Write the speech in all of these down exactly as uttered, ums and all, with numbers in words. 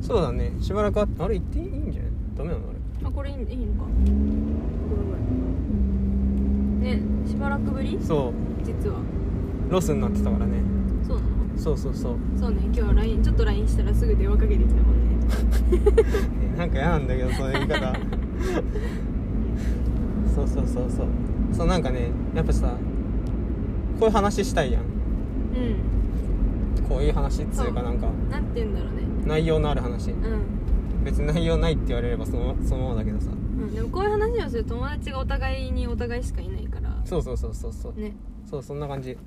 そうだね、しばらくあってあれ行っていいんじゃない？ダメなのあれ。 あ、これいい、いいのか。ね、しばらくぶり？ そう実はロスになってたからね。 そうなの？ そうそうそうそうね、今日は ライン ちょっと ライン したらすぐ電話かけてきたもんね。 なんか嫌なんだけどそういう言い方そうそうそうそうそう、なんかね、やっぱさこういう話したいやん。 うん、 こういう話っつうかなんかなんて言うんだろうね。 内容のある話。 うん、 別に内容ないって言われればそのそのままだけどさ、 うん、でもこういう話をする友達がお互いにお互いしかいないからそうそうそうそうそうね。 そう、そんな感じ。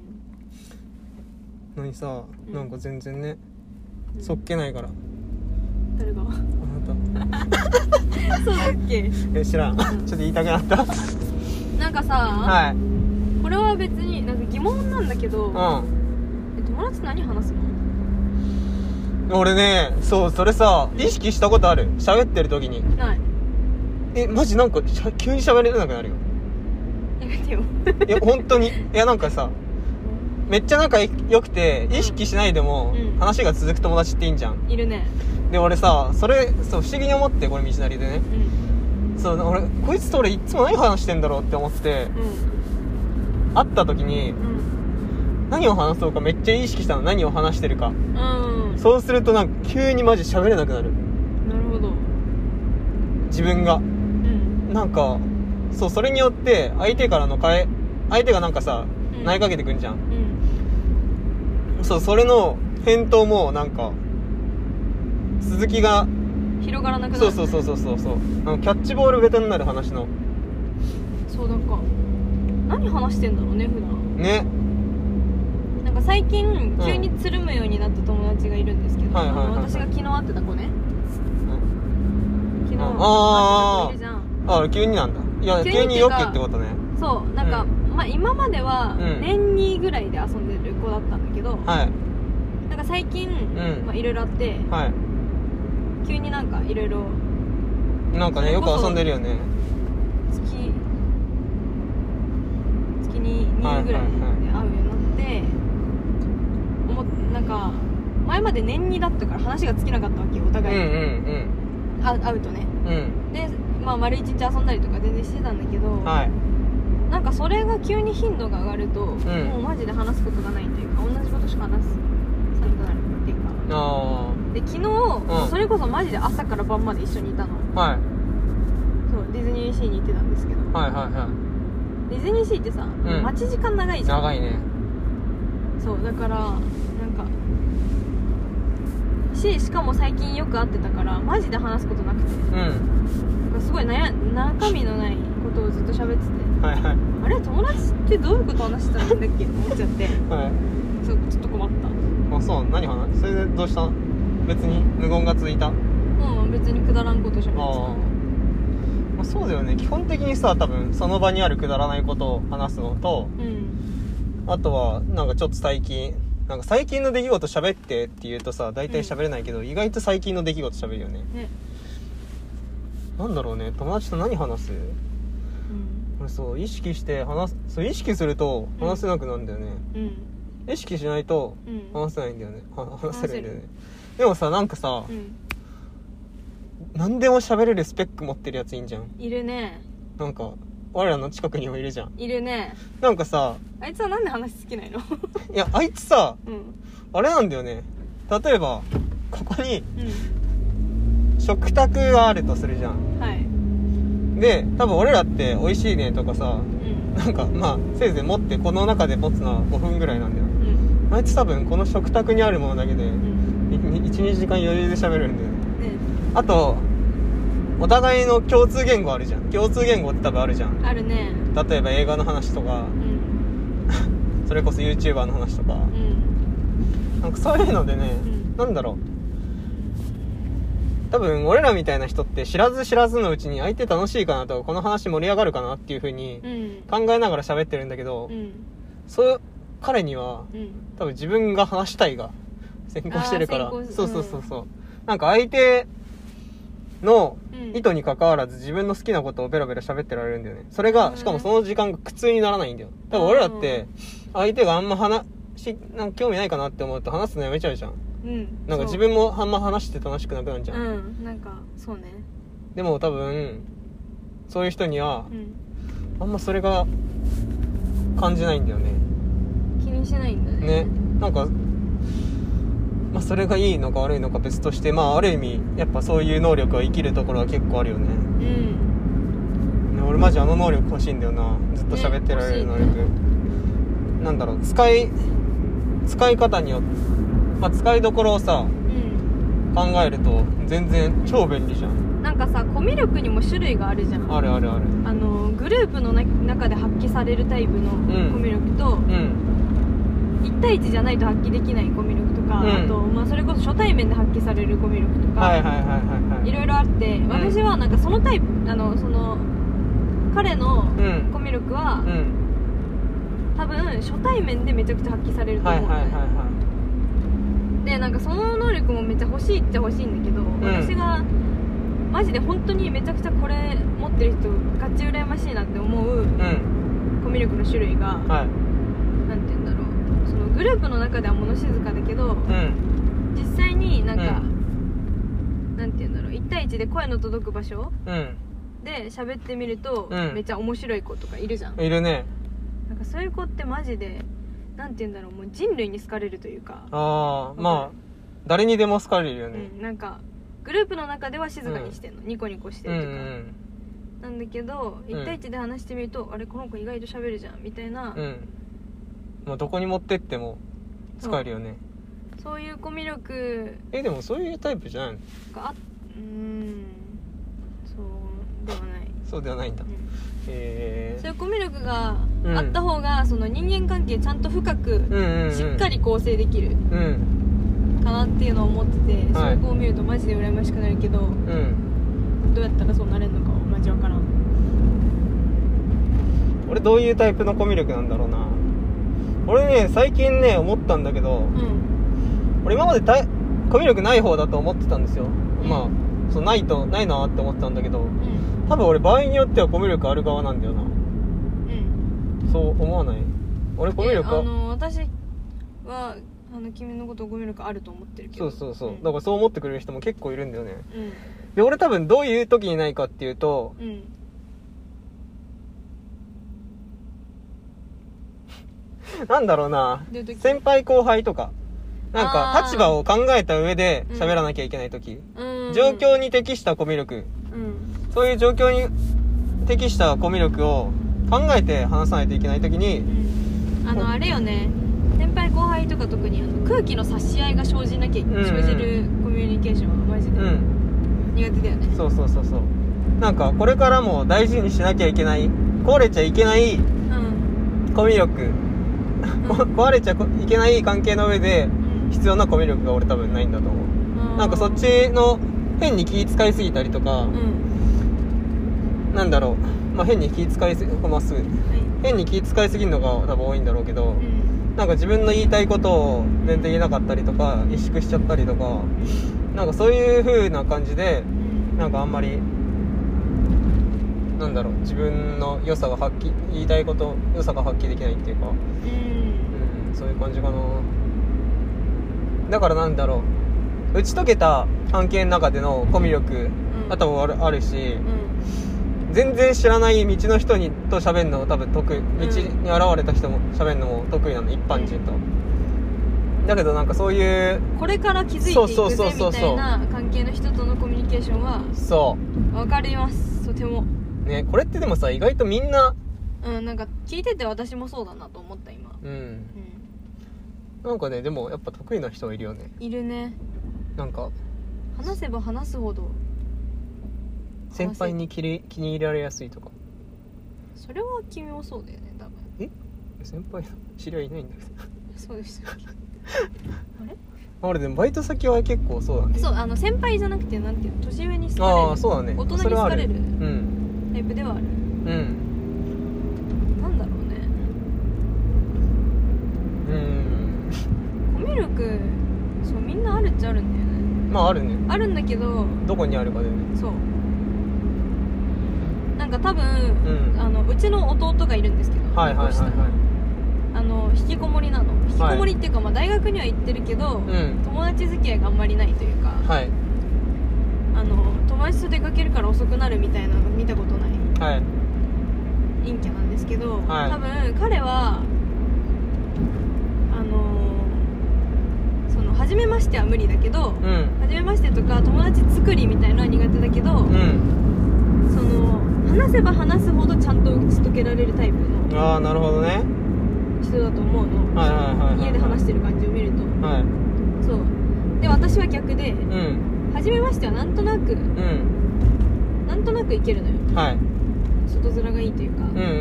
うん、 のにさ、 うんなんか全然ね、 うん、 そっけないから。 誰が？ あなそうだっけ？ たえ知らんちょっと言いたくなったなんかさ、 はい。 これは別になんか疑問なんだけど、 うえ友達何話すの？ ん。俺ね、そうそれさ意識したことある。喋ってる時にない。 えマジなんかしゃ急に喋れなくなるよ。 やめてよ。 いや本当に、いやなんかさめっちゃ仲良くて意識しないでもうん話が続く友達っていいんじゃん。 いるね。 で俺さそれそう不思議に思って、これ道なりでね、 うんそう俺こいつと俺いつも何話してんだろうって思って会った時にうん何を話そうかめっちゃ意識したの。何を話してるか。 うんうん。 そうするとなんか急にマジ喋れなくなる。 なるほど。 自分がうんなんかそうそれによって相手からの変え相手がなんかさうん投げかけてくんじゃん。 うん。 そうそれの返答もなんか続きが広がらなくなる、 そうそうそうそうそうそうあのキャッチボールベタになる話のそうなんか何話してんだろうね普段ね。 なんか最近急につるむようになった友達がいるんですけど、 はいはいはいはいあの私が昨日会ってた子ね。昨日会ってたあ子いるじゃん。 ああ急になんだ。いや急に急によくってことね。 そうなんか、 うんまあ今まではうん年にぐらいで遊んでる子だったんだけど、 はいなんか最近、 んまあいろいろあってはい急になんかいろいろなんかねよく遊んでるよね。 月月ににぐらいで会うようになって、思っなんか前まで年にだったから話が尽きなかったわけよおうん互いに、 うんあ会うとね。 うんうんでまあ丸一日遊んだりとか全然してたんだけど、 はいなんかそれが急に頻度が上がると、 んもうマジで話すことがないというか同じことしか話すさなくなるっていうか。 あで昨日、 んそれこそマジで朝から晩まで一緒にいたの。 あはいそうディズニーシーに行ってたんですけど、 はいはいはディズニーシーってさ、 ん待ち時間長いいじゃん。 長いね。 そうだからなんかししかも最近よく会ってたからマジで話すことなくて、 うんなんかすごい悩中身のないことをずっと喋ってて、 はいはいあれ友達ってどういうこと話してたんだっけって思っちゃってはいそうちょっと困った。 あそう何話それでどうした？別に無言がついた。 うん別にくだらんこと喋ってた。 あー、まあ、そうだよね。基本的にさ多分その場にあるくだらないことを話すのと、 うんあとはなんかちょっと最近なんか最近の出来事喋ってって言うとさ大体喋れないけど、うん、意外と最近の出来事喋るよね。 ねなんだろうね、友達と何話す？ うん俺そう意識して話すそう意識すると話せなくなるんだよね、 うん意識しないとうん話せないんだよね、は話せるんだよね。でもさなんかさ、 うん何でも喋れるスペック持ってるやついいんじゃん。 いるねなんか我らの近くにもいるじゃん。 いるね。 なんかさあいつはなんで話好きないの？ いやあいつさうんあれなんだよね。例えばここにう食卓があるとするじゃん。 んはいで多分俺らって美味しいねとかさうんなんかまあせいぜい持ってこの中で持つのはごふんぐらいなんだよ。 うんあいつ多分この食卓にあるものだけでうんいちにじかん余裕で喋れるんだよね。 ねあとお互いの共通言語あるじゃん。共通言語って多分あるじゃん。 あるね。 例えば映画の話とかうんそれこそ YouTuber の話とかうんなんかそういうのでね、 うんなんだろう多分俺らみたいな人って知らず知らずのうちに相手楽しいかなとかこの話盛り上がるかなっていう風にうん考えながら喋ってるんだけど、 うんそう彼にはうん多分自分が話したいが先行してるからあー先行そうそうそうそう、なんか相手のうん意図に関わらず自分の好きなことをベラベラ喋ってられるんだよね。それがしかもその時間が苦痛にならないんだよ。多分俺らって相手があんま話なんか興味ないかなって思うと話すのやめちゃうじゃん。 うんなんか自分もあんま話して楽しくなくなるじゃん、 うんなんかそうねでも多分そういう人にはうんあんまそれが感じないんだよね気にしないんだねねなんかまあそれがいいのか悪いのか別としてまあある意味やっぱそういう能力は生きるところは結構あるよね、 うんね俺マジあの能力欲しいんだよなずっと喋ってられる能力、ね、なんだろう使い使い方によって、まあ、使いどころをさ、うん、考えると全然超便利じゃんなんかさコミュ力にも種類があるじゃんあるあるあるあのグループの中で発揮されるタイプのコミュ力と、うん、いち対いちじゃないと発揮できないコミュ力とか、うん、あと、まあ、それこそ初対面で発揮されるコミュ力とか、はいはいはいはいはい、いろいろあって、うん、私はなんかそのタイプあのその彼のコミュ力は、うんうん多分初対面でめちゃくちゃ発揮されると思うのね、はいはいはいはい、でなんかその能力もめっちゃ欲しいっちゃ欲しいんだけど、うん、私がマジで本当にめちゃくちゃこれ持ってる人ガチ羨ましいなって思う、うん、コミュ力の種類が、はい、なんて言うんだろうそのグループの中では物静かだけど、うん、実際になんか、うん、なんて言うんだろういち対いちで声の届く場所、うん、で喋ってみると、うん、めっちゃ面白い子とかいるじゃんいるねなんかそういう子ってマジでなんて言うんだろうもう人類に好かれるというかああまあ誰にでも好かれるよね、 うん、なんかグループの中では静かにしてんの、うん、ニコニコしてるとか、うんうん、なんだけどいち対いちで話してみると、うん、あれこの子意外と喋るじゃんみたいな、うんまあ、どこに持ってっても使えるよねそう、そういうコミュ力えでもそういうタイプじゃないのがあうーんそうではないそうではないんだ、うんえー、 そういうコミュ力があった方が、うん、その人間関係ちゃんと深く、うんうんうん、しっかり構成できる、うん、かなっていうのを思ってて、うん、そういう子を見るとマジで羨ましくなるけど、うん、どうやったらそうなれるのかはマジわからん俺どういうタイプのコミュ力なんだろうな俺ね最近ね思ったんだけど、うん、俺今までたコミュ力ない方だと思ってたんですよ、うん、まあそうないとないなって思ってたんだけど、うん多分俺場合によってはコミュ力ある側なんだよなうんそう思わない俺コミュ力あの私はあの君のことコミュ力あると思ってるけどそうそうそう、うん、だからそう思ってくれる人も結構いるんだよね、うん、で俺多分どういう時にないかっていうと、うん、なんだろうな先輩後輩とかなんか立場を考えた上で喋らなきゃいけない時、うん、状況に適したコミュ力、うんそういう状況に適したコミュ力を考えて話さないといけないときに、 うん、あのあれよね先輩後輩とか特にあの空気の差し合いが生じなきゃ、うんうん、生じるコミュニケーションはマジで苦手だよね、 うん、そうそうそうそうなんかこれからも大事にしなきゃいけない壊れちゃいけないコミュ力、うん、壊れちゃいけない関係の上で必要なコミュ力が俺多分ないんだと思う、うん、なんかそっちの変に気使いすぎたりとか、うんなんだろう、まあ、変に気遣いすぎまっすぐ、はい、変に気遣いすぎるのが多分多いんだろうけど、うん、なんか自分の言いたいことを全然言えなかったりとか萎縮しちゃったりとかなんかそういう風な感じでなんかあんまりなんだろう自分の良さが発揮言いたいこと良さが発揮できないっていうか、うんうん、そういう感じかなだからなんだろう打ち解けた関係の中でのコミュ力、うん、あとはある、あるし、うん全然知らない道の人にと喋るのも多分得意道に現れた人も喋るのも得意なの一般人とだけどなんかそういうこれから気づいていくぜみたいな関係の人とのコミュニケーションはそうわかりますとてもねこれってでもさ意外とみんなうんなんか聞いてて私もそうだなと思った今うん、うん、 なんかねでもやっぱ得意な人はいるよねいるねなんか話せば話すほど先輩に気に入られやすいとかそれは君もそうだよね多分え先輩知り合いいないんだけどそうでしたっけあれ俺でもバイト先は結構そうだねそうあの先輩じゃなくてなんていうの年上に好かれるああそうだね大人に好かれるタイプではあるうんなんだろうねうんコミュ力そうみんなあるっちゃあるんだよねまああるねあるんだけどどこにあるかでねそうなんか多分、うん、あのうちの弟がいるんですけど、 はいはいはいはい、 あの引きこもりなの。引きこもりっていうか、まあ、大学には行ってるけど、うん、友達付き合いがあんまりないというか、 はい、 あの友達と出かけるから遅くなるみたいなの見たことない、 はい、 陰キャなんですけど、 はい、 多分彼はあのその初めましては無理だけど、うん、初めましてとか友達作りみたいなのは苦手だけど、うん、その話せば話すほどちゃんと打ち解けられるタイプのああなるほどね人だと思うの、 はいはいはいはい、 家で話してる感じを見ると、 はい、 そうで私は逆で、 うん、 初めましてはなんとなく、うん、なんとなくいけるのよ、 はい、 外面がいいというか、 うんうんうん、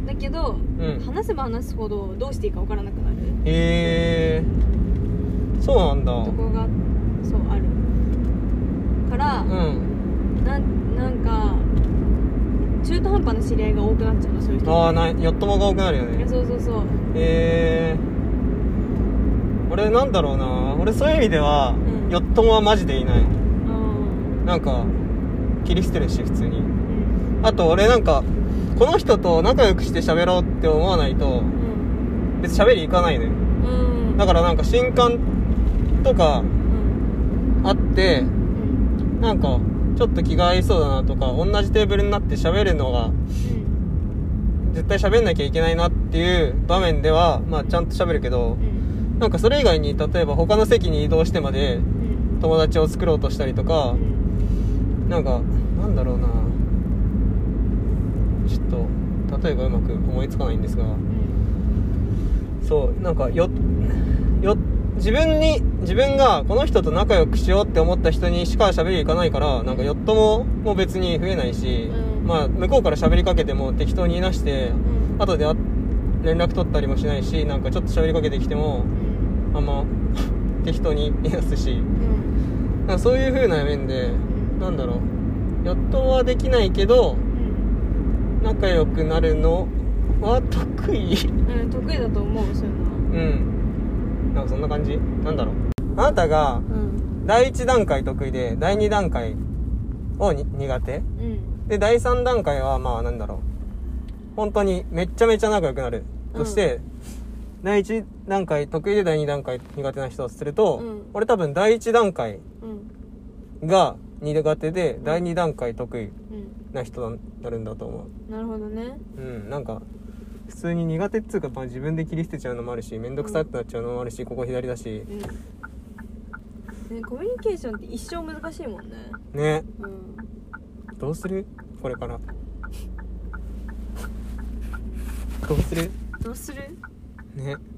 だけど、うん、話せば話すほどどうしていいか分からなくなる。 へえー、そうなんだ。 とこがそうあるから、うん、な, なんか中途半端な知り合いが多くなっちゃうの、そういう人。 ああ、なよっともが多くなるよね。 そうそうそう。 へえー、俺なんだろうな、俺そういう意味では、うん、よっともはマジでいない。なんか切り捨てるし普通に、うん、あと俺なんかこの人と仲良くして喋ろうって思わないと、うん、別に喋りいかないのよ、うん、だからなんか新刊とかあって、うん、なんかちょっと気が合いそうだなとか同じテーブルになって喋るのが、うん、絶対喋んなきゃいけないなっていう場面では、まあ、ちゃんと喋るけど、うん、なんかそれ以外に例えば他の席に移動してまで友達を作ろうとしたりとか、うん、なんかなんだろうな、ちょっと例えばうまく思いつかないんですが、うん、そうなんかよよ自分に自分がこの人と仲良くしようって思った人にしか喋りいかないから、なんかよっともも別に増えないし、うん、まあ向こうから喋りかけても適当に言いなして、うん、後で連絡取ったりもしないし、なんかちょっと喋りかけてきても、うん、あんま適当に言い出すし、うん、なんかそういう風な面で、なんだろう、よっともはできないけど、うん、仲良くなるのは得意、 うん、得意だと思う、そういうのは。 うんなんかそんな感じ。なんだろう、あなたがだいいち段階得意でだいに段階をに苦手、うん、でだいさん段階はまあなんだろう、本当にめっちゃめちゃ仲良くなるとして、うん、だいいち段階得意でだいに段階苦手な人をすると、うん、俺多分だいいち段階が苦手で、うん、だいに段階得意な人になるんだと思う。 なるほどね。 うんなんか普通に苦手っていうか、まあ、自分で切り捨てちゃうのもあるし、めんどくさってなっちゃうのもあるし、うん、ここ左だし、うんね、コミュニケーションって一生難しいもんね。 ね、うん、どうするこれからどうするどうするね